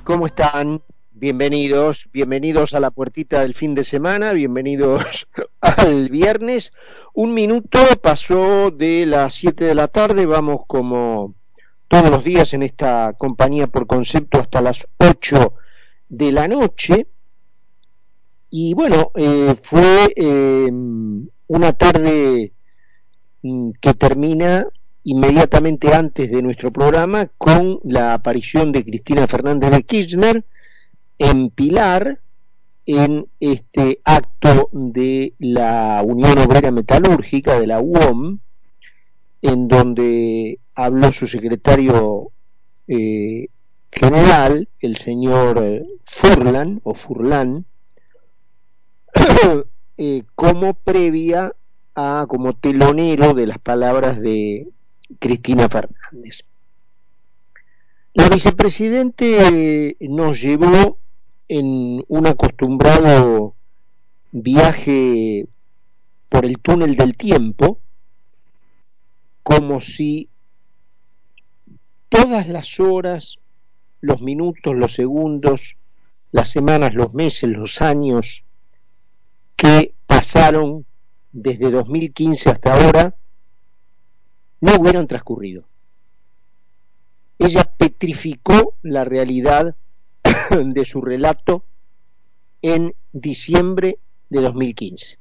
¿Cómo están? Bienvenidos a la puertita del fin de semana, bienvenidos al viernes. Un minuto pasó de las 7 de la tarde, vamos como todos los días en esta compañía por concepto hasta las 8 de la noche. Y bueno, fue una tarde que termina inmediatamente antes de nuestro programa con la aparición de Cristina Fernández de Kirchner en Pilar, en este acto de la Unión Obrera Metalúrgica, de la UOM, en donde habló su secretario general, el señor Furlan, como previa como telonero de las palabras de Cristina Fernández. La vicepresidente nos llevó en un acostumbrado viaje por el túnel del tiempo, como si todas las horas, los minutos, los segundos, las semanas, los meses, los años que pasaron desde 2015 hasta ahora no hubieran transcurrido. Ella petrificó la realidad de su relato en diciembre de 2015.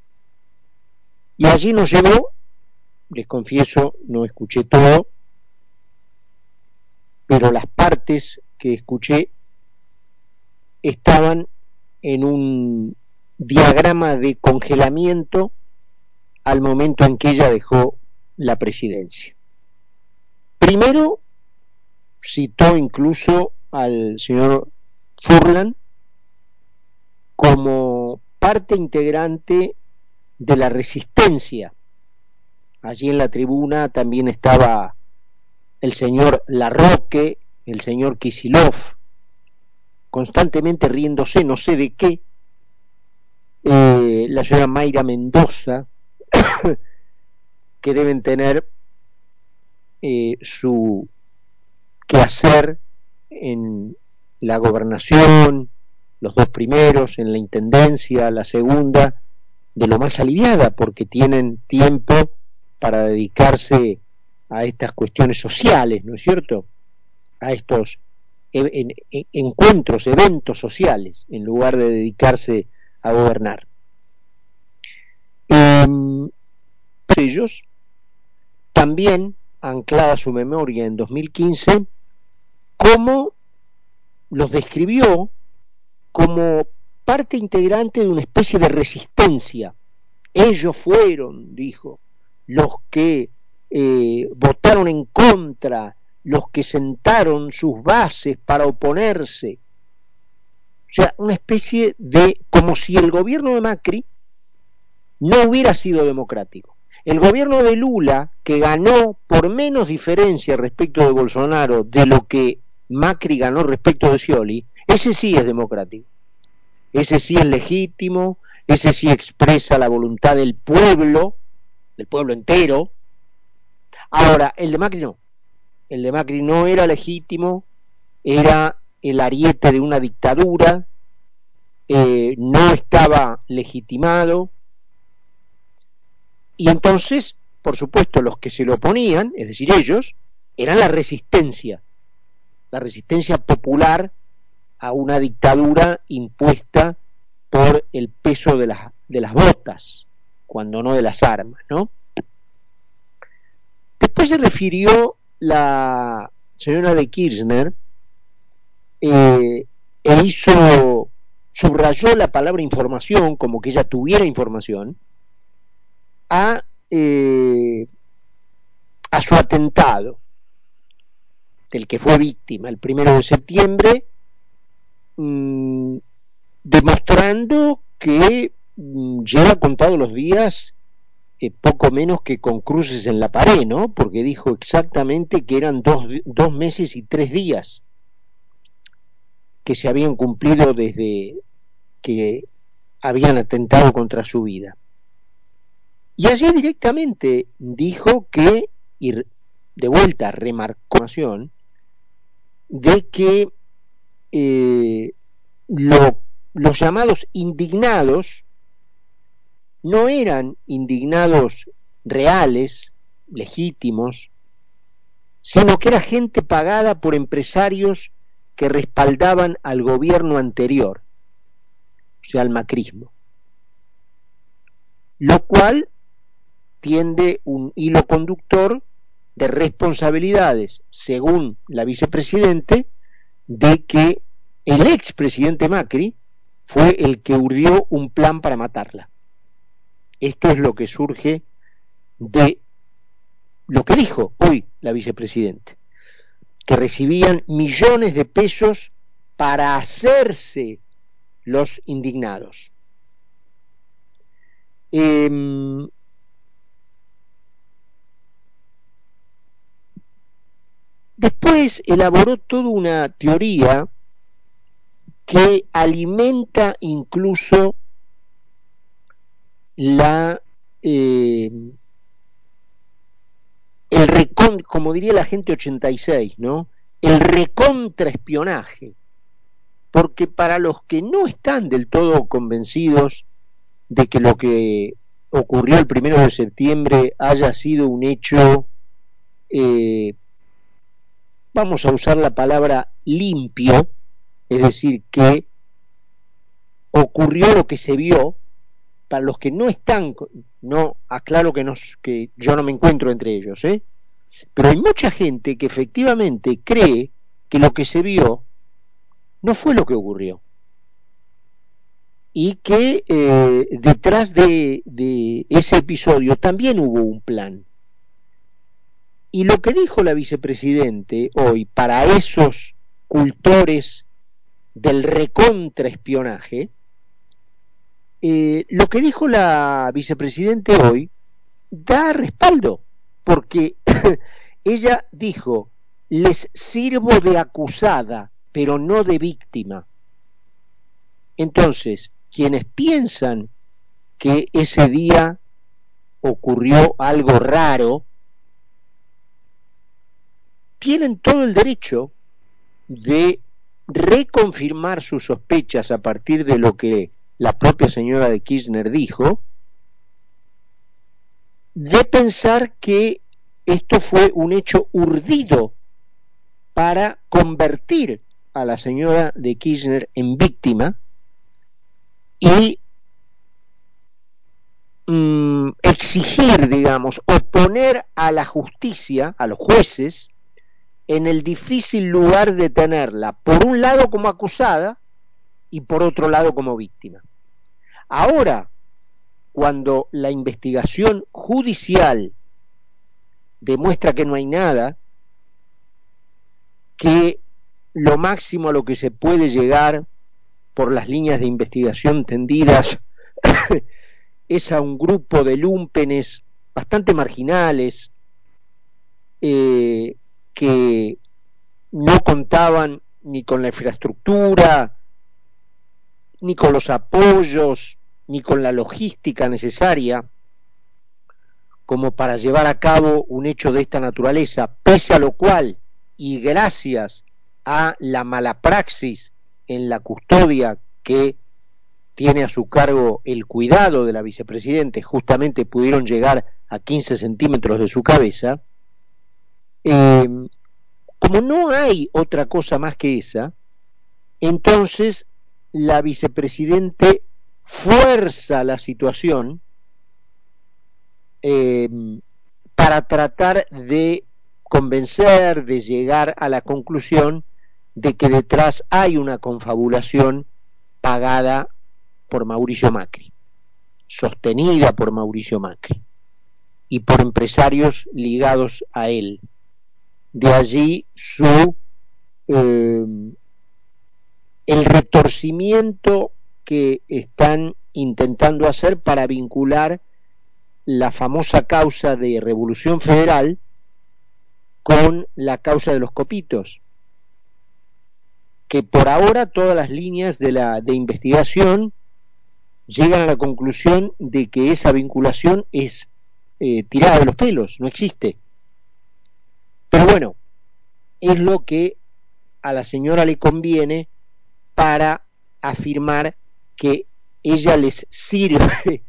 Y allí nos llevó, les confieso, no escuché todo, pero las partes que escuché estaban en un diagrama de congelamiento al momento en que ella dejó la presidencia. Primero citó incluso al señor Furlan como parte integrante de la resistencia. Allí en la tribuna también estaba el señor Larroque, el señor Kicillof, constantemente riéndose, no sé de qué, la señora Mayra Mendoza, que deben tener su quehacer en la gobernación, los dos primeros, en la intendencia, la segunda, de lo más aliviada, porque tienen tiempo para dedicarse a estas cuestiones sociales, ¿no es cierto? A estos encuentros, eventos sociales, en lugar de dedicarse a gobernar. Ellos también, anclada su memoria en 2015, cómo los describió como parte integrante de una especie de resistencia. Ellos fueron, dijo, los que votaron en contra, los que sentaron sus bases para oponerse. O sea, una especie de, como si el gobierno de Macri no hubiera sido democrático. El gobierno de Lula, que ganó por menos diferencia respecto de Bolsonaro de lo que Macri ganó respecto de Scioli, ese sí es democrático. Ese sí es legítimo, ese sí expresa la voluntad del pueblo entero. Ahora, el de Macri no. El de Macri no era legítimo, era el ariete de una dictadura, no estaba legitimado, y entonces, por supuesto, los que se lo oponían, es decir, ellos, eran la resistencia popular a una dictadura impuesta por el peso de las botas, cuando no de las armas, ¿no? Después se refirió la señora de Kirchner subrayó la palabra información, como que ella tuviera información, a su atentado, del que fue víctima el 1 de septiembre, demostrando que lleva contado los días poco menos que con cruces en la pared, ¿no? Porque dijo exactamente que eran 2 meses y 3 días que se habían cumplido desde que habían atentado contra su vida. Y allí directamente dijo que, y de vuelta remarcó de que eh, los llamados indignados no eran indignados reales, legítimos, sino que era gente pagada por empresarios que respaldaban al gobierno anterior, o sea, al macrismo, lo cual tiende un hilo conductor de responsabilidades, según la vicepresidente, de que el expresidente Macri fue el que urdió un plan para matarla. Esto es lo que surge de lo que dijo hoy la vicepresidente, que recibían millones de pesos para hacerse los indignados. Después elaboró toda una teoría que alimenta incluso como diría la gente 86, ¿no? El recontraespionaje, porque para los que no están del todo convencidos de que lo que ocurrió el 1 de septiembre haya sido un hecho, vamos a usar la palabra limpio, es decir, que ocurrió lo que se vio, para los que no están, no aclaro que yo no me encuentro entre ellos, pero hay mucha gente que efectivamente cree que lo que se vio no fue lo que ocurrió y que detrás de ese episodio también hubo un plan. Y lo que dijo la vicepresidente hoy para esos cultores del recontraespionaje, lo que dijo la vicepresidente hoy da respaldo, porque ella dijo: les sirvo de acusada, pero no de víctima. Entonces, quienes piensan que ese día ocurrió algo raro, tienen todo el derecho de reconfirmar sus sospechas a partir de lo que la propia señora de Kirchner dijo, de pensar que esto fue un hecho urdido para convertir a la señora de Kirchner en víctima y exigir, digamos, oponer a la justicia, a los jueces, en el difícil lugar de tenerla, por un lado como acusada y por otro lado como víctima. Ahora, cuando la investigación judicial demuestra que no hay nada, que lo máximo a lo que se puede llegar por las líneas de investigación tendidas es a un grupo de lúmpenes bastante marginales, que no contaban ni con la infraestructura, ni con los apoyos, ni con la logística necesaria como para llevar a cabo un hecho de esta naturaleza, pese a lo cual, y gracias a la mala praxis en la custodia que tiene a su cargo el cuidado de la vicepresidente, justamente pudieron llegar a 15 centímetros de su cabeza. Como no hay otra cosa más que esa, entonces la vicepresidente fuerza la situación para tratar de convencer, de llegar a la conclusión de que detrás hay una confabulación pagada por Mauricio Macri, sostenida por Mauricio Macri y por empresarios ligados a él. De allí el retorcimiento que están intentando hacer para vincular la famosa causa de Revolución Federal con la causa de los copitos, que por ahora todas las líneas de investigación llegan a la conclusión de que esa vinculación es tirada de los pelos, no existe. Pero bueno, es lo que a la señora le conviene para afirmar que ella les sirve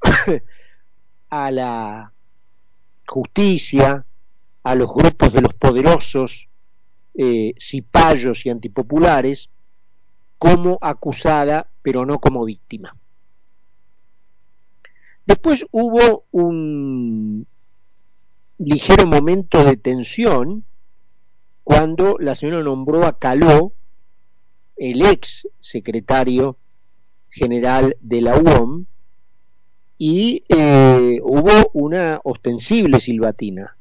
a la justicia, a los grupos de los poderosos, cipayos y antipopulares, como acusada, pero no como víctima. Después hubo un ligero momento de tensión cuando la señora nombró a Caló, el ex secretario general de la UOM, y hubo una ostensible silbatina,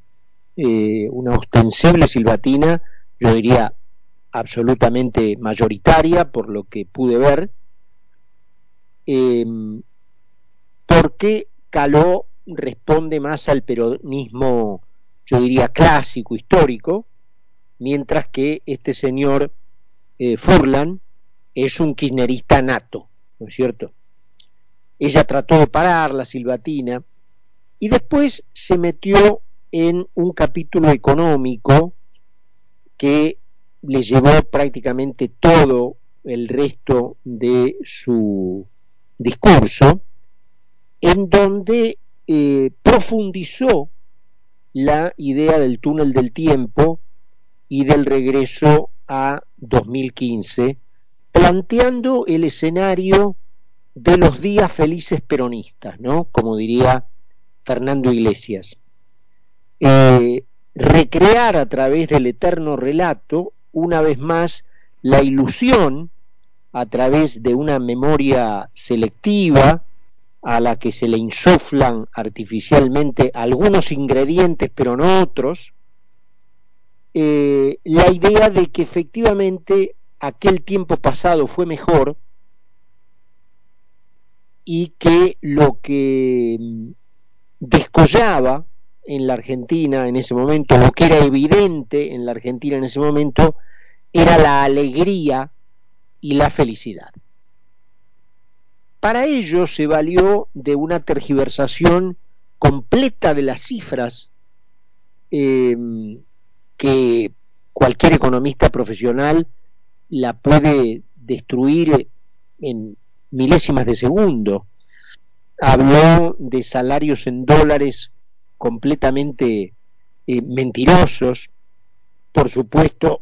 yo diría absolutamente mayoritaria por lo que pude ver, porque Caló responde más al peronismo, yo diría clásico, histórico, mientras que este señor Furlan es un kirchnerista nato, ¿no es cierto? Ella trató de parar la silbatina y después se metió en un capítulo económico que le llevó prácticamente todo el resto de su discurso, en donde profundizó la idea del túnel del tiempo y del regreso a 2015, planteando el escenario de los días felices peronistas, ¿no? Como diría Fernando Iglesias. Recrear a través del eterno relato, una vez más, la ilusión a través de una memoria selectiva a la que se le insuflan artificialmente algunos ingredientes, pero no otros, la idea de que efectivamente aquel tiempo pasado fue mejor y que lo que descollaba en la Argentina en ese momento, lo que era evidente en la Argentina en ese momento, era la alegría y la felicidad. Para ello se valió de una tergiversación completa de las cifras que cualquier economista profesional la puede destruir en milésimas de segundo. Habló de salarios en dólares completamente mentirosos. Por supuesto,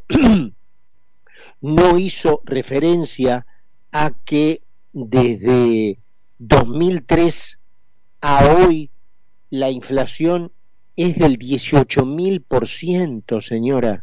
no hizo referencia a que desde 2003 a hoy la inflación es del 18.000%, señora.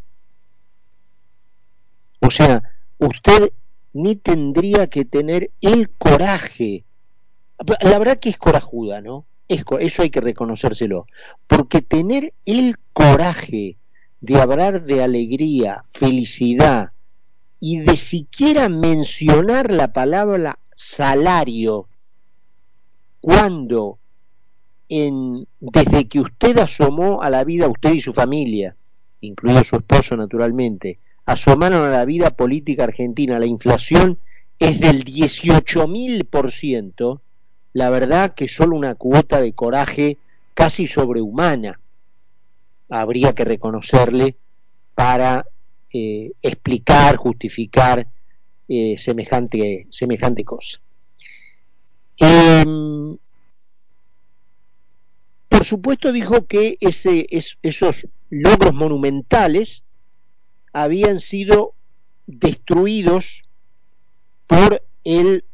O sea, usted ni tendría que tener el coraje. La verdad que es corajuda, ¿no? Eso hay que reconocérselo. Porque tener el coraje de hablar de alegría, felicidad y de siquiera mencionar la palabra salario cuando desde que usted asomó a la vida, usted y su familia, incluido su esposo naturalmente, asomaron a la vida política argentina, la inflación es del 18.000%, la verdad que solo una cuota de coraje casi sobrehumana habría que reconocerle para explicar, justificar semejante cosa. Por supuesto dijo que esos logros monumentales habían sido destruidos por el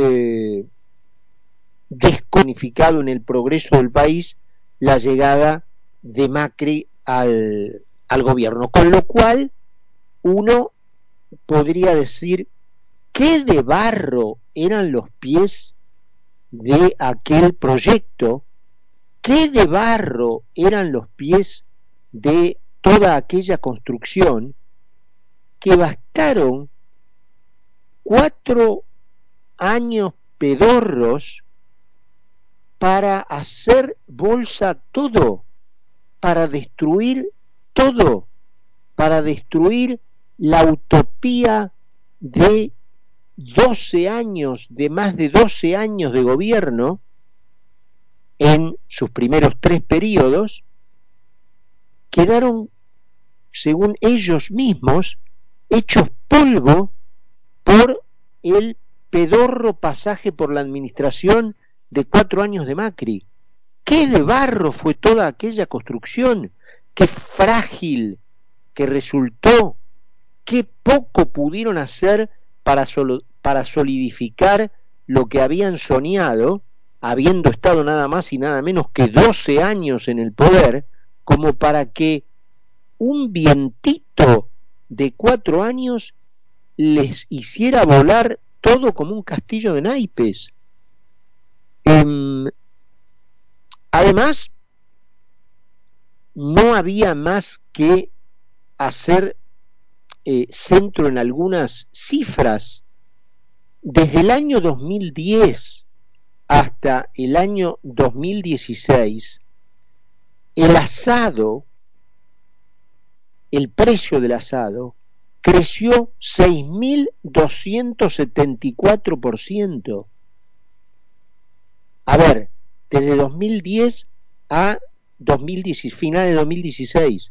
desconificado en el progreso del país la llegada de Macri al gobierno, con lo cual uno podría decir qué de barro eran los pies de aquel proyecto, qué de barro eran los pies de toda aquella construcción, que bastaron 4 años pedorros para hacer bolsa todo, para destruir todo, para destruir la utopía de 12 años, de más de 12 años de gobierno en sus primeros 3 periodos. Quedaron, según ellos mismos, hechos polvo por el pedorro pasaje por la administración de 4 años de Macri. Qué de barro fue toda aquella construcción, qué frágil que resultó, qué poco pudieron hacer para solidificar lo que habían soñado, habiendo estado nada más y nada menos que 12 años en el poder, como para que un vientito de 4 años les hiciera volar todo como un castillo de naipes. Además, no había más que hacer centro en algunas cifras. Desde el año 2010 hasta el año 2016, el asado, el precio del asado, creció 6.274%. A ver, desde 2010 a final de 2016,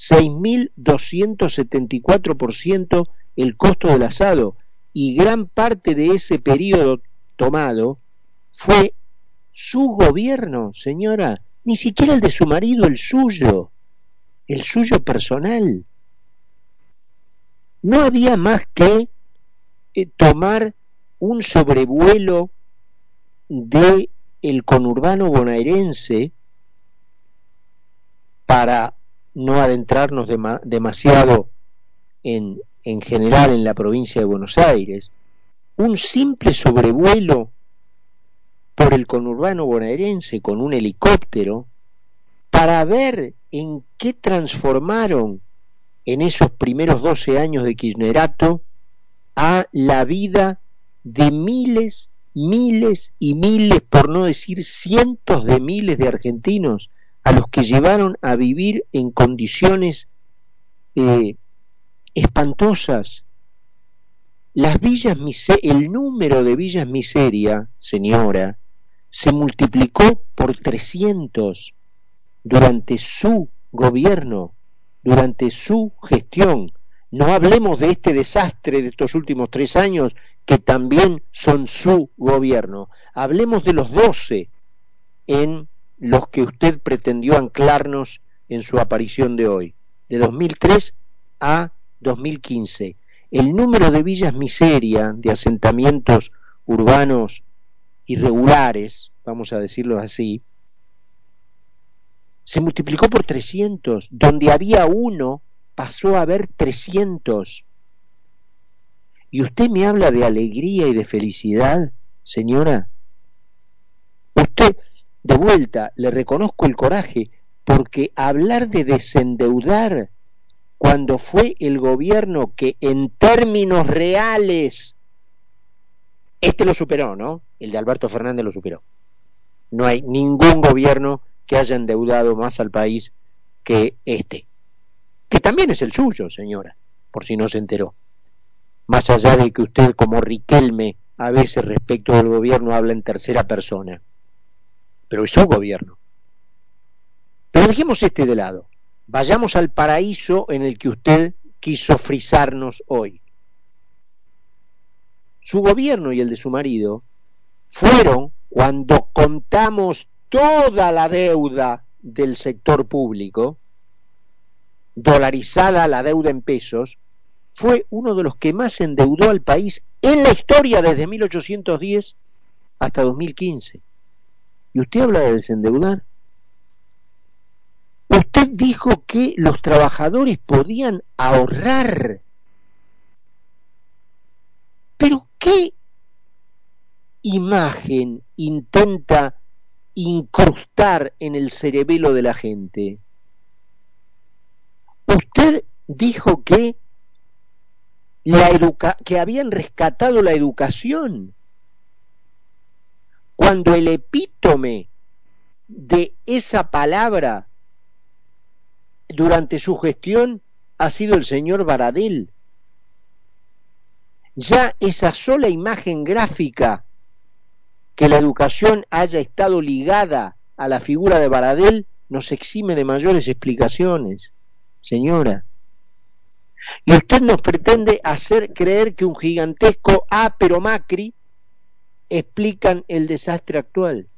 6.274% el costo del asado, y gran parte de ese periodo tomado fue su gobierno, señora, ni siquiera el de su marido, el suyo personal. No había más que tomar un sobrevuelo de el conurbano bonaerense para no adentrarnos demasiado en general en la provincia de Buenos Aires, un simple sobrevuelo por el conurbano bonaerense con un helicóptero para ver en qué transformaron en esos primeros 12 años de kirchnerato a la vida de miles y miles, por no decir cientos de miles de argentinos, a los que llevaron a vivir en condiciones espantosas. El número de villas miseria, señora, se multiplicó por 300 durante su gobierno, durante su gestión. No hablemos de este desastre de estos últimos 3 años, que también son su gobierno. Hablemos de los 12 en los que usted pretendió anclarnos en su aparición de hoy, de 2003 a 2015. El número de villas miseria, de asentamientos urbanos irregulares, vamos a decirlo así, se multiplicó por 300. Donde había uno, pasó a haber 300. ¿Y usted me habla de alegría y de felicidad, señora? Usted, de vuelta, le reconozco el coraje, porque hablar de desendeudar cuando fue el gobierno que en términos reales, este lo superó, ¿no? El de Alberto Fernández lo superó. No hay ningún gobierno que haya endeudado más al país que este, que también es el suyo, señora, por si no se enteró. Más allá de que usted, como Riquelme, a veces respecto del gobierno habla en tercera persona, pero es su gobierno. Pero dejemos este de lado, vayamos al paraíso en el que usted quiso frisarnos hoy. Su gobierno y el de su marido fueron, cuando contamos toda la deuda del sector público, dolarizada la deuda en pesos, fue uno de los que más endeudó al país en la historia desde 1810 hasta 2015. ¿Y usted habla de desendeudar? Usted dijo que los trabajadores podían ahorrar. ¿Pero qué imagen intenta incrustar en el cerebelo de la gente? Usted dijo que que habían rescatado la educación, cuando el epítome de esa palabra durante su gestión ha sido el señor Baradel. Ya esa sola imagen gráfica, que la educación haya estado ligada a la figura de Baradel, nos exime de mayores explicaciones, señora. Y usted nos pretende hacer creer que un gigantesco pero Macri explican el desastre actual.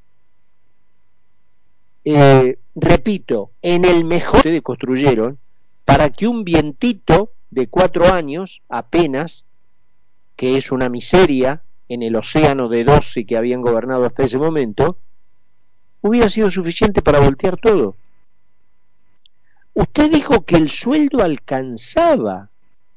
Repito, en el mejor ustedes construyeron para que un vientito de 4 años apenas, que es una miseria en el océano de 12 que habían gobernado hasta ese momento, hubiera sido suficiente para voltear todo. Usted dijo que el sueldo alcanzaba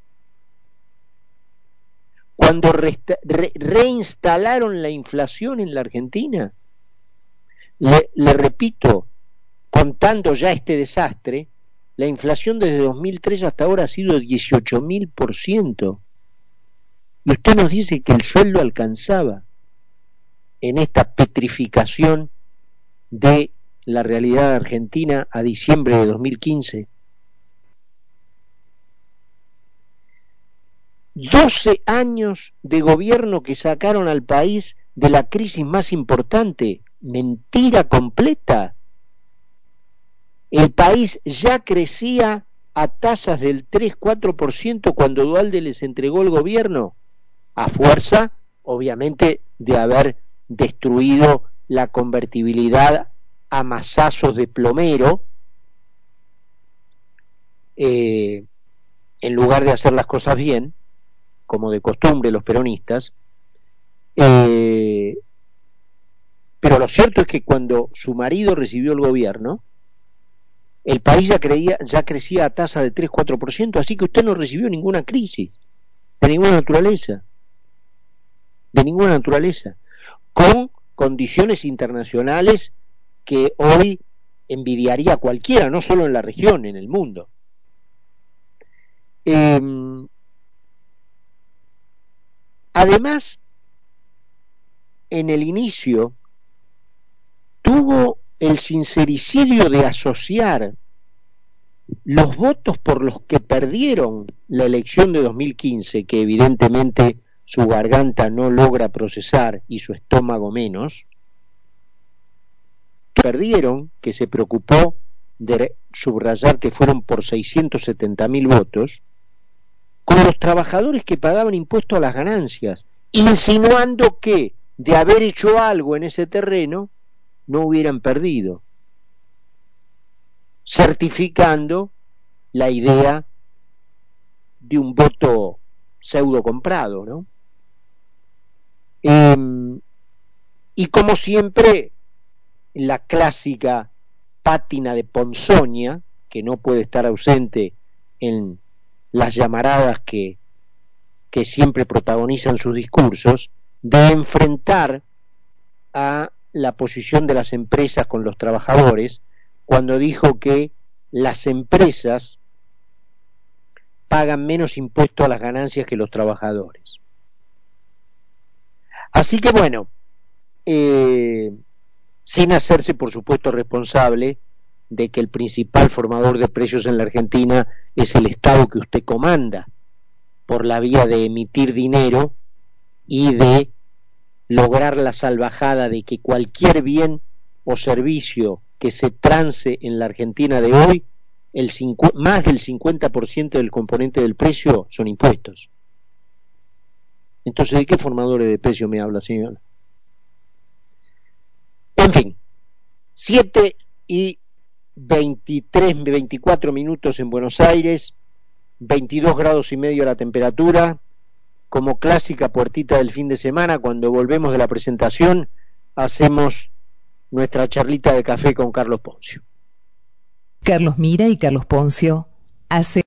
cuando reinstalaron la inflación en la Argentina. Le repito, contando ya este desastre, la inflación desde 2003 hasta ahora ha sido 18.000%. Y usted nos dice que el sueldo alcanzaba en esta petrificación de la realidad argentina a diciembre de 2015. 12 años de gobierno que sacaron al país de la crisis más importante. Mentira completa. El país ya crecía a tasas del 3-4% cuando Duhalde les entregó el gobierno, a fuerza, obviamente, de haber destruido la convertibilidad a mazazos de plomero, en lugar de hacer las cosas bien, como de costumbre los peronistas. Pero lo cierto es que cuando su marido recibió el gobierno, el país ya crecía a tasa de 3-4%, así que usted no recibió ninguna crisis, de ninguna naturaleza, con condiciones internacionales que hoy envidiaría cualquiera, no solo en la región, en el mundo. Además, en el inicio tuvo el sincericidio de asociar los votos por los que perdieron la elección de 2015, que evidentemente su garganta no logra procesar y su estómago menos, perdieron, que se preocupó de subrayar que fueron por 670.000 votos, con los trabajadores que pagaban impuesto a las ganancias, insinuando que de haber hecho algo en ese terreno no hubieran perdido, certificando la idea de un voto pseudo comprado, ¿no? Y como siempre, la clásica pátina de ponzoña, que no puede estar ausente en las llamaradas que siempre protagonizan sus discursos, de enfrentar a la posición de las empresas con los trabajadores, cuando dijo que las empresas pagan menos impuesto a las ganancias que los trabajadores. Así que bueno, sin hacerse por supuesto responsable de que el principal formador de precios en la Argentina es el Estado que usted comanda, por la vía de emitir dinero y de lograr la salvajada de que cualquier bien o servicio que se trance en la Argentina de hoy, más del 50% del componente del precio son impuestos. Entonces, ¿de qué formadores de precio me habla, señora? En fin, 7:24 en Buenos Aires, 22 grados y medio la temperatura. Como clásica puertita del fin de semana, cuando volvemos de la presentación, hacemos nuestra charlita de café con Carlos Poncio. Carlos Mira y Carlos Poncio hacen